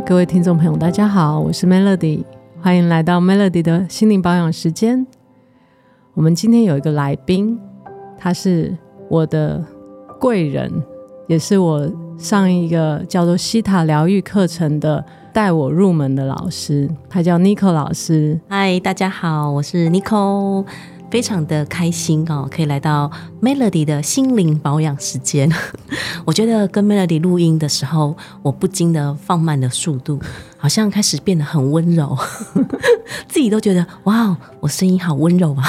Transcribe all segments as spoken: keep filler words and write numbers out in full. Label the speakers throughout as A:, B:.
A: 各位听众朋友大家好，我是 Melody， 欢迎来到 Melody 的心灵保养时间。我们今天有一个来宾，他是我的贵人，也是我上一个叫做西塔疗愈课程的带我入门的老师，他叫 Nico 老师。
B: 嗨，大家好，我是 Nico， 非常的开心哦，可以来到 Melody 的心灵保养时间。我觉得跟 Melody 录音的时候，我不禁的放慢了速度，好像开始变得很温柔，自己都觉得哇，我声音好温柔啊。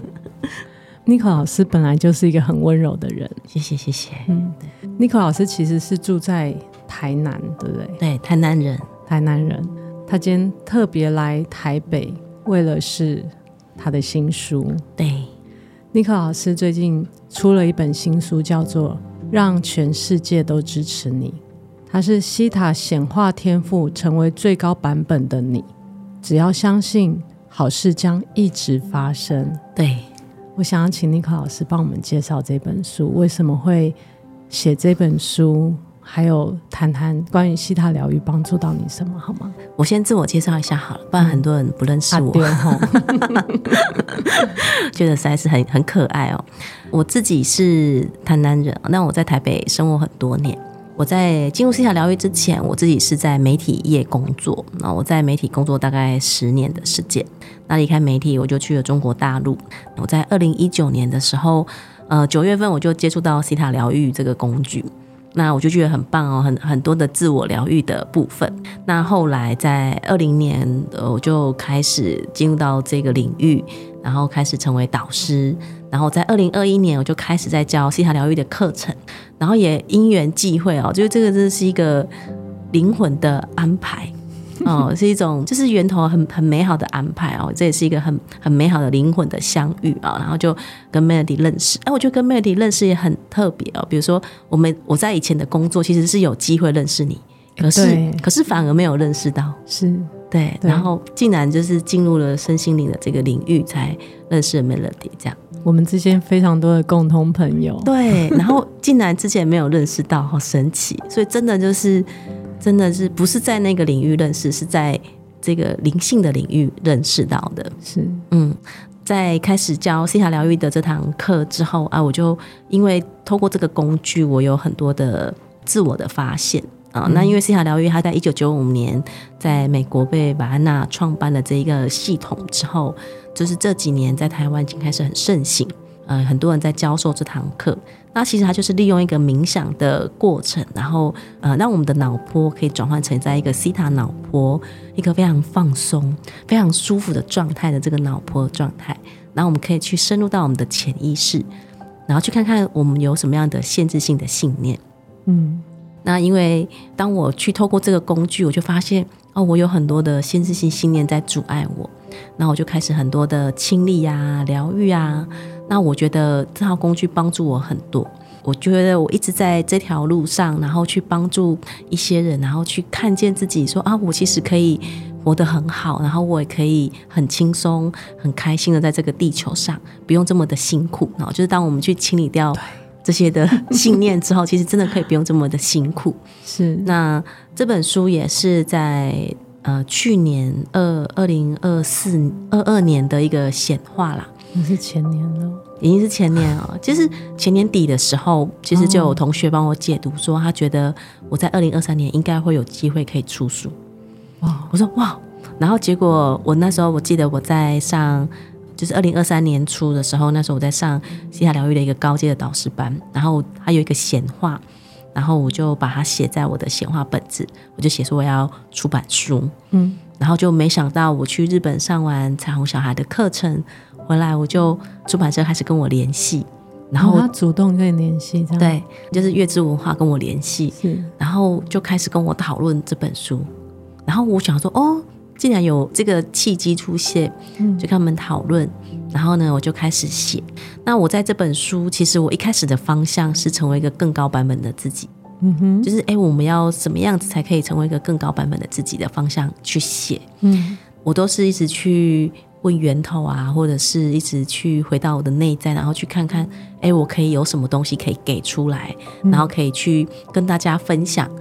A: Nico 老师本来就是一个很温柔的人，
B: 谢谢谢谢。
A: 嗯，Nico 老师其实是住在台南，对不对？
B: 对，台南人，
A: 台南人。他今天特别来台北，为了是他的新书。
B: 对，
A: Nico 老师最近出了一本新书，叫做《让全世界都支持你》。它是西塔显化天赋成为最高版本的你，只要相信，好事将一直发生。
B: 对，
A: 我想要请 Nico 老师帮我们介绍这本书，为什么会写这本书，还有谈谈关于西塔疗愈帮助到你什么，好吗？
B: 我先自我介绍一下好了，不然很多人不认识我，
A: 嗯啊、
B: 觉得实在是很很可爱哦。我自己是台南人，那我在台北生活很多年。我在进入西塔疗愈之前，我自己是在媒体业工作，那我在媒体工作大概十年的时间。那离开媒体，我就去了中国大陆。我在二零一九年的时候，呃，九月份我就接触到西塔疗愈这个工具。那我就觉得很棒哦，很很多的自我疗愈的部分。那后来在二零年，呃，我就开始进入到这个领域，然后开始成为导师。然后在二零二一年，我就开始在教西塔疗愈的课程。然后也因缘际会哦，就是这个真是一个灵魂的安排哦，是一种就是源头很很美好的安排哦，这也是一个很很美好的灵魂的相遇啊、哦。然后就跟 Melody 认识，哎，我觉得跟 Melody 认识也很特别哦。比如说我们我在以前的工作其实是有机会认识你，可是可是反而没有认识到，
A: 是
B: 对，然后竟然就是进入了身心灵的这个领域才认识了 Melody 这样。
A: 我们之间非常多的共同朋友，
B: 对，然后竟然之前没有认识到，好神奇！所以真的就是真的是不是在那个领域认识，是在这个灵性的领域认识到的。
A: 是，
B: 嗯，在开始教西塔疗愈的这堂课之后啊，我就因为透过这个工具，我有很多的自我的发现啊。嗯、那因为西塔疗愈，它在一九九五年在美国被马安娜创办了这一个系统之后。就是这几年在台湾已经开始很盛行，呃，很多人在教授这堂课。那其实它就是利用一个冥想的过程，然后呃，让我们的脑波可以转换成在一个西塔脑波，一个非常放松、非常舒服的状态的这个脑波状态。然后我们可以去深入到我们的潜意识，然后去看看我们有什么样的限制性的信念。嗯，那因为当我去透过这个工具，我就发现哦，我有很多的限制性信念在阻碍我。那我就开始很多的清理啊、疗愈啊。那我觉得这套工具帮助我很多。我觉得我一直在这条路上，然后去帮助一些人，然后去看见自己说啊，我其实可以活得很好，然后我也可以很轻松、很开心的在这个地球上，不用这么的辛苦。然后就是当我们去清理掉这些的信念之后，其实真的可以不用这么的辛苦。是。那这本书也是在。呃，去年二二零二四二二年的一个显化啦，
A: 那是前年了，
B: 已经是前年哦。其实前年底的时候，其实就有同学帮我解读说，他觉得我在二零二三年应该会有机会可以出书。哇，我说哇，然后结果我那时候我记得我在上，就是二零二三年初的时候，那时候我在上西塔疗愈的一个高阶的导师班，然后还有一个显化。然后我就把它写在我的显化本子，我就写说我要出版书，嗯，然后就没想到我去日本上完彩虹小孩的课程回来，我就出版社开始跟我联系，然后、
A: 哦、他主动跟你联系，这样
B: 对，就是月之文化跟我联系，是，然后就开始跟我讨论这本书，然后我想说哦，既然有这个契机出现，嗯，就跟他们讨论。然后呢，我就开始写。那我在这本书，其实我一开始的方向是成为一个更高版本的自己，嗯哼，就是哎，我们要什么样子才可以成为一个更高版本的自己的方向去写。嗯，我都是一直去问源头啊，或者是一直去回到我的内在，然后去看看，哎，我可以有什么东西可以给出来，然后可以去跟大家分享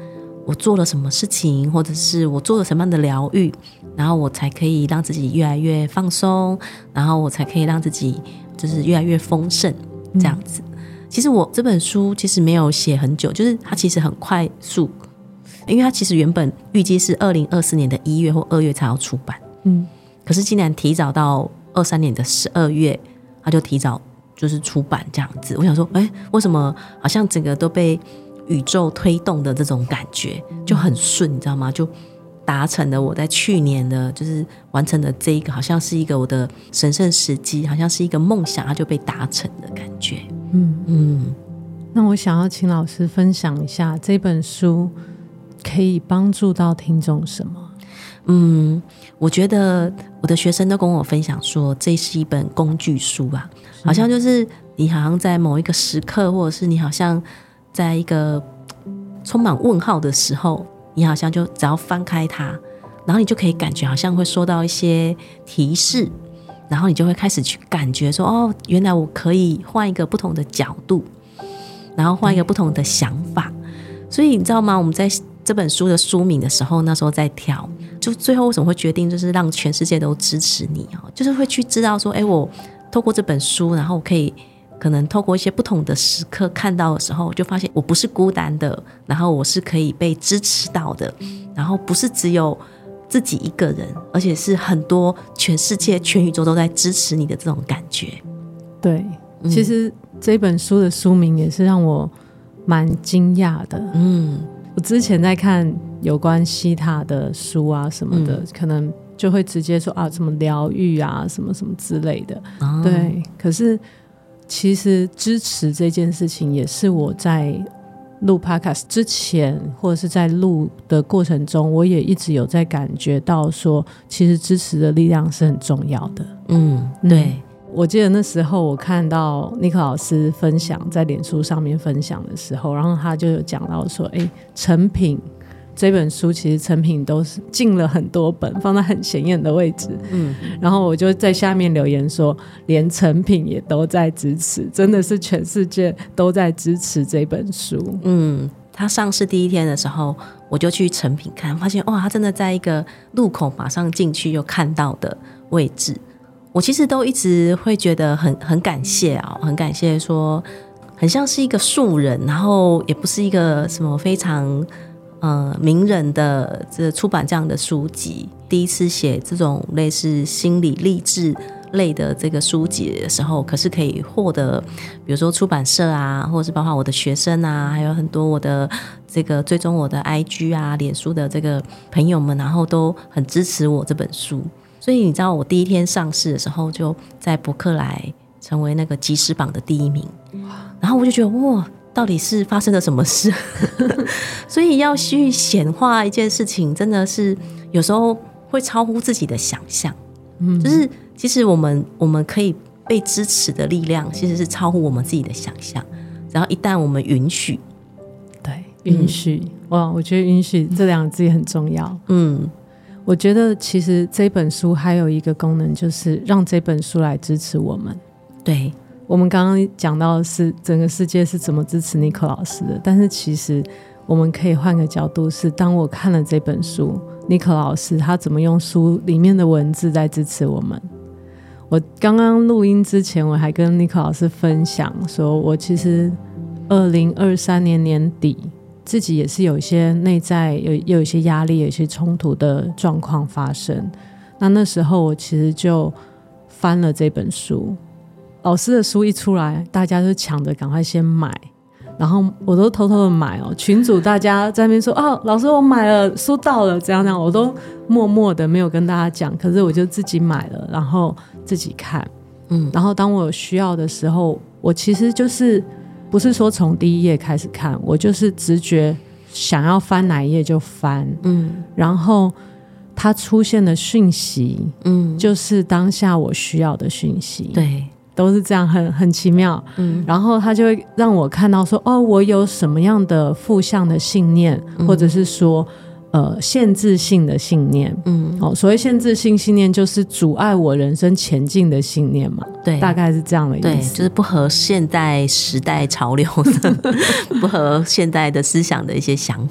B: 我做了什么事情，或者是我做了什么样的疗愈，然后我才可以让自己越来越放松，然后我才可以让自己就是越来越丰盛这样子、嗯、其实我这本书其实没有写很久，就是它其实很快速，因为它其实原本预计是二零二四年的一月或二月才要出版，嗯，可是竟然提早到二三年的十二月它就提早就是出版这样子。我想说哎，为什么好像整个都被宇宙推动的这种感觉就很顺，你知道吗？就达成了我在去年的就是完成的这一个好像是一个我的神圣时机，好像是一个梦想，它就被达成的感觉。嗯
A: 嗯，那我想要请老师分享一下这本书可以帮助到听众什么？
B: 嗯，我觉得我的学生都跟我分享说这是一本工具书啊，好像就是你好像在某一个时刻，或者是你好像在一个充满问号的时候，你好像就只要翻开它，然后你就可以感觉好像会收到一些提示，然后你就会开始去感觉说哦，原来我可以换一个不同的角度，然后换一个不同的想法。所以你知道吗，我们在这本书的书名的时候，那时候在挑，就最后为什么会决定就是让全世界都支持你，就是会去知道说哎，我透过这本书，然后我可以可能透过一些不同的时刻看到的时候，就发现我不是孤单的，然后我是可以被支持到的，然后不是只有自己一个人，而且是很多全世界全宇宙都在支持你的这种感觉。
A: 对、嗯、其实这本书的书名也是让我蛮惊讶的。嗯，我之前在看有关西塔的书啊什么的、嗯、可能就会直接说啊什么疗愈啊什么什么之类的、哦、对，可是其实支持这件事情也是我在录 podcast 之前或者是在录的过程中，我也一直有在感觉到说其实支持的力量是很重要的。嗯，对、嗯、我记得那时候我看到尼克老师分享在脸书上面分享的时候，然后他就有讲到说哎，成品这本书其实成品都是进了很多本放在很显眼的位置、嗯、然后我就在下面留言说连成品也都在支持，真的是全世界都在支持这本书。
B: 嗯，它上市第一天的时候我就去成品看，发现哇，它真的在一个路口马上进去又看到的位置。我其实都一直会觉得很很感谢啊，很感谢说很像是一个素人，然后也不是一个什么非常呃，名人的这出版这样的书籍，第一次写这种类似心理励志类的这个书籍的时候，可是可以获得比如说出版社啊，或者是包括我的学生啊，还有很多我的这个追踪我的 I G 啊脸书的这个朋友们，然后都很支持我这本书。所以你知道我第一天上市的时候就在博客来成为那个即时榜的第一名，然后我就觉得哇，到底是发生了什么事所以要去显化一件事情真的是有时候会超乎自己的想象、嗯、就是其实我们我们可以被支持的力量其实是超乎我们自己的想象，然后一旦我们允许，
A: 对，允许、嗯、哇，我觉得允许这两个字也很重要。嗯，我觉得其实这本书还有一个功能，就是让这本书来支持我们。
B: 对，
A: 我们刚刚讲到的是整个世界是怎么支持尼克老师的，但是其实我们可以换个角度，是当我看了这本书，尼克老师他怎么用书里面的文字在支持我们。我刚刚录音之前我还跟尼克老师分享说，我其实二零二三年年底自己也是有一些内在 有, 有一些压力，有一些冲突的状况发生，那那时候我其实就翻了这本书，老师的书一出来大家就抢着赶快先买，然后我都偷偷的买哦，群组大家在那边说哦，老师我买了，书到了，这样这样，我都默默的没有跟大家讲，可是我就自己买了，然后自己看。嗯，然后当我有需要的时候，我其实就是不是说从第一页开始看，我就是直觉想要翻哪一页就翻。嗯，然后它出现的讯息，嗯，就是当下我需要的讯息。
B: 对，
A: 都是这样，很很奇妙。嗯，然后他就会让我看到说，哦，我有什么样的负向的信念，嗯、或者是说呃限制性的信念。嗯，哦，所谓限制性信念就是阻碍我人生前进的信念嘛。对，大概是这样的意思。
B: 对，就是不合现代时代潮流的不合现代的思想的一些想法。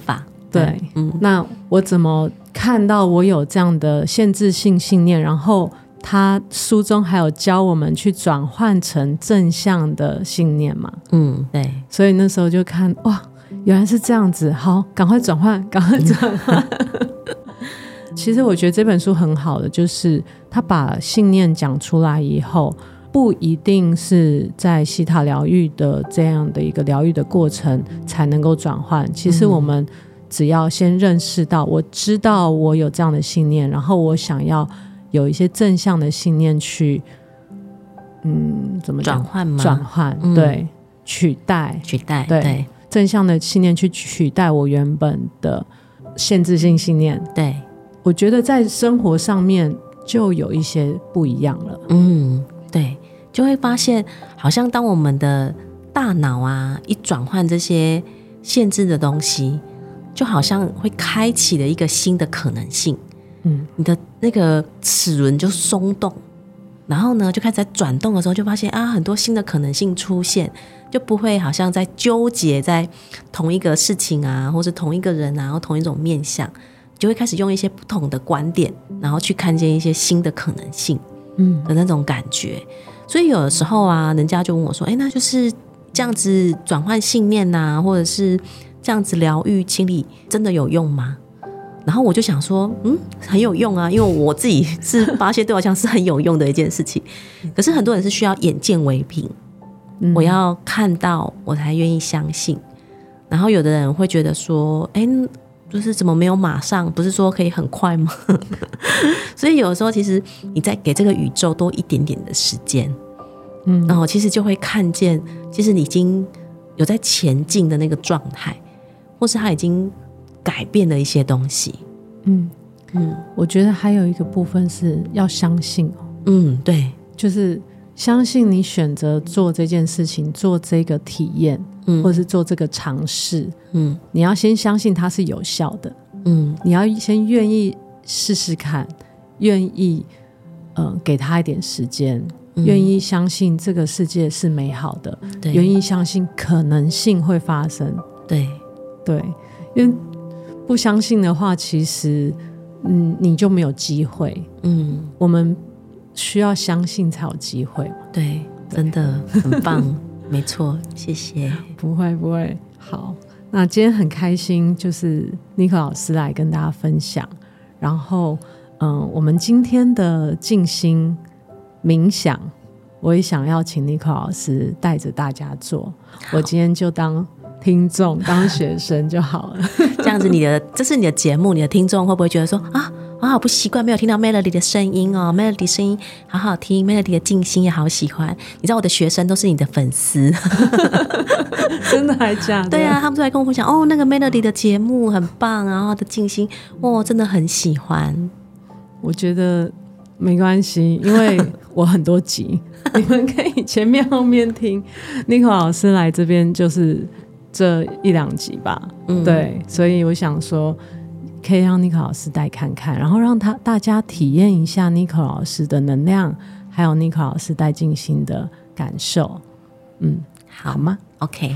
A: 对，嗯，那我怎么看到我有这样的限制性信念，然后他书中还有教我们去转换成正向的信念嘛，
B: 嗯，对，
A: 所以那时候就看哇原来是这样子，好，赶快转换赶快转换其实我觉得这本书很好的就是他把信念讲出来以后，不一定是在西塔疗愈的这样的一个疗愈的过程才能够转换，其实我们只要先认识到，我知道我有这样的信念，然后我想要有一些正向的信念去嗯，怎么讲？转
B: 换吗？
A: 转换、嗯、对，取代
B: 取代
A: 对,
B: 对
A: 正向的信念去取代我原本的限制性信念。
B: 对，
A: 我觉得在生活上面就有一些不一样了。
B: 嗯，对，就会发现好像当我们的大脑啊一转换这些限制的东西，就好像会开启了一个新的可能性。嗯，你的那个齿轮就松动，然后呢就开始在转动的时候就发现啊，很多新的可能性出现，就不会好像在纠结在同一个事情啊，或是同一个人啊，然后同一种面向，就会开始用一些不同的观点，然后去看见一些新的可能性的那种感觉。所以有的时候啊，人家就问我说，哎，那就是这样子转换信念啊，或者是这样子疗愈清理真的有用吗？然后我就想说嗯，很有用啊，因为我自己是发现对我来讲是很有用的一件事情。可是很多人是需要眼见为凭、嗯、我要看到我才愿意相信。然后有的人会觉得说哎，就是怎么没有马上，不是说可以很快吗所以有的时候其实你再给这个宇宙多一点点的时间，嗯，然后其实就会看见其实你已经有在前进的那个状态，或是它已经改变了一些东西。嗯
A: 嗯，我觉得还有一个部分是要相信哦。
B: 嗯，对，
A: 就是相信你选择做这件事情，做这个体验、嗯、或是做这个尝试，嗯，你要先相信它是有效的，嗯，你要先愿意试试看，愿意、呃、给他一点时间，愿、嗯、意相信这个世界是美好的，愿意相信可能性会发生。
B: 对
A: 对，因为不相信的话其实、嗯、你就没有机会。嗯，我们需要相信才有机会。
B: 对，真的很棒没错，谢谢。
A: 不会不会。好，那今天很开心就是尼克老师来跟大家分享，然后嗯，我们今天的静心冥想我也想要请尼克老师带着大家做，我今天就当听众当学生就好了
B: 这样子你的这是你的节目，你的听众会不会觉得说啊我好不习惯没有听到 Melody 的声音哦， Melody 声音好好听， Melody 的静心也好喜欢。你知道我的学生都是你的粉丝
A: 真的还假的？
B: 对啊，他们都来跟我分享哦，那个 Melody 的节目很棒，然后的静心哦，真的很喜欢。
A: 我觉得没关系，因为我很多集你们可以前面后面听。Nico 老师来这边就是这一两集吧、嗯、对，所以我想说可以让 Nico 老师带看看，然后让他大家体验一下 Nico 老师的能量，还有 Nico 老师带静心的感受。嗯，好吗？
B: OK。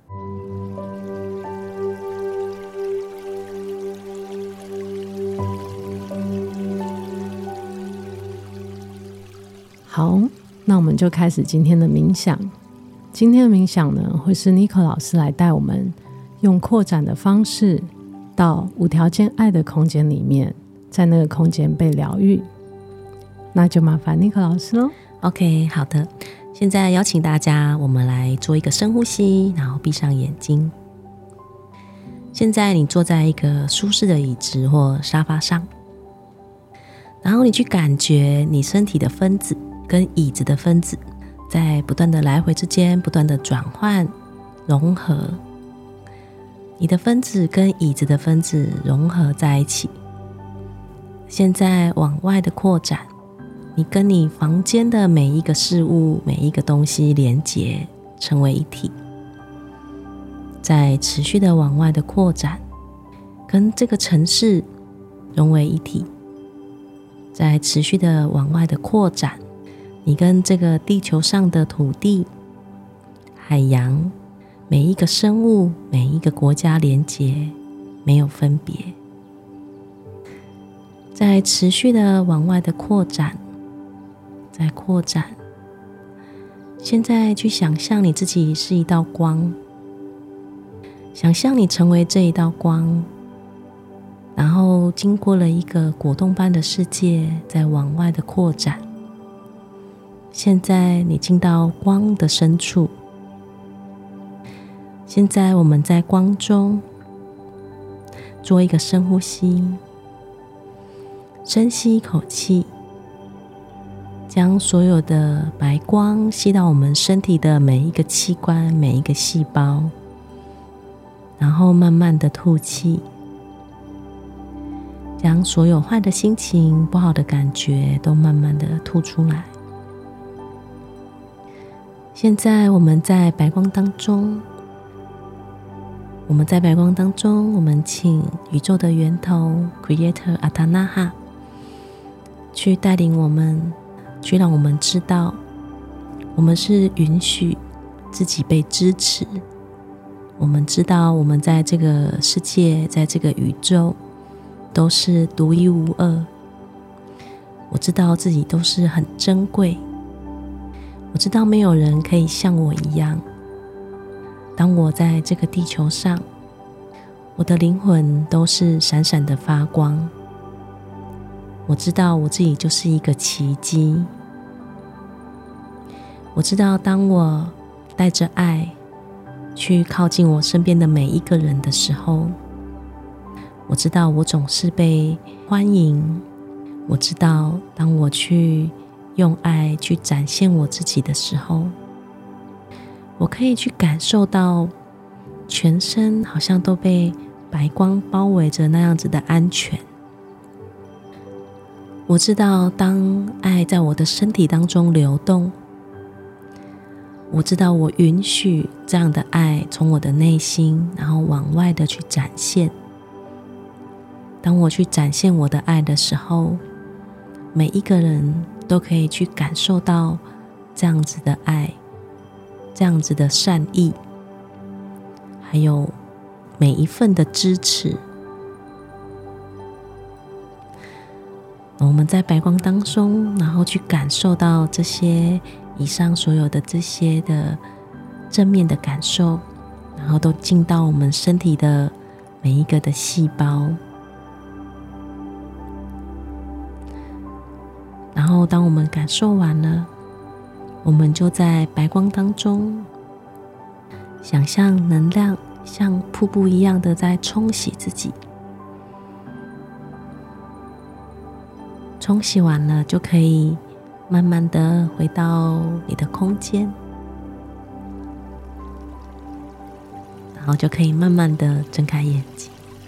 A: 好，那我们就开始今天的冥想。今天的冥想呢，会是 Nico 老师来带我们用扩展的方式到无条件爱的空间里面，在那个空间被疗愈。那就麻烦 Nico 老师咯。
B: OK， 好的。现在邀请大家我们来做一个深呼吸，然后闭上眼睛。现在你坐在一个舒适的椅子或沙发上，然后你去感觉你身体的分子跟椅子的分子在不断的来回之间不断的转换融合，你的分子跟椅子的分子融合在一起，现在往外的扩展，你跟你房间的每一个事物每一个东西连结成为一体，在持续的往外的扩展，跟这个城市融为一体，在持续的往外的扩展，你跟这个地球上的土地、海洋、每一个生物、每一个国家连结， 没有分别，在持续的往外的扩展，在扩展。现在去想象你自己是一道光，想象你成为这一道光，然后经过了一个果冻般的世界，在往外的扩展。现在你进到光的深处，现在我们在光中做一个深呼吸，深吸一口气，将所有的白光吸到我们身体的每一个器官、每一个细胞，然后慢慢的吐气，将所有坏的心情、不好的感觉都慢慢的吐出来。现在我们在白光当中，我们在白光当中，我们请宇宙的源头 Creator Atanaha 去带领我们，去让我们知道，我们是允许自己被支持。我们知道我们在这个世界，在这个宇宙都是独一无二。我知道自己都是很珍贵，我知道没有人可以像我一样。当我在这个地球上，我的灵魂都是闪闪的发光。我知道我自己就是一个奇迹。我知道当我带着爱去靠近我身边的每一个人的时候，我知道我总是被欢迎。我知道当我去用爱去展现我自己的时候，我可以去感受到全身好像都被白光包围着那样子的安全。我知道当爱在我的身体当中流动，我知道我允许这样的爱从我的内心然后往外的去展现。当我去展现我的爱的时候，每一个人都可以去感受到这样子的爱，这样子的善意，还有每一份的支持。我们在白光当中，然后去感受到这些以上所有的这些的正面的感受，然后都进到我们身体的每一个的细胞。然后当我们感受完了，我们就在白光当中想象能量像瀑布一样的在冲洗自己。冲洗完了，就可以慢慢的回到你的空间，然后就可以慢慢的睁开眼睛。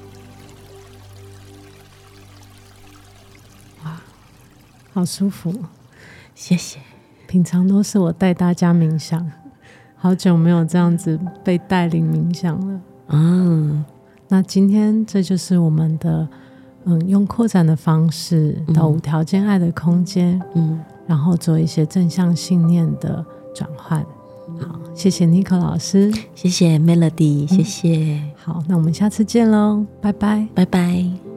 A: 哇，好舒服，
B: 谢谢。
A: 平常都是我带大家冥想，好久没有这样子被带领冥想了。
B: 嗯，
A: 那今天这就是我们的嗯，用扩展的方式到无条件爱的空间，嗯，然后做一些正向信念的转换。好，谢谢 Nico 老师，
B: 谢谢 Melody， 谢谢。
A: 好，那我们下次见喽，拜拜，
B: 拜拜。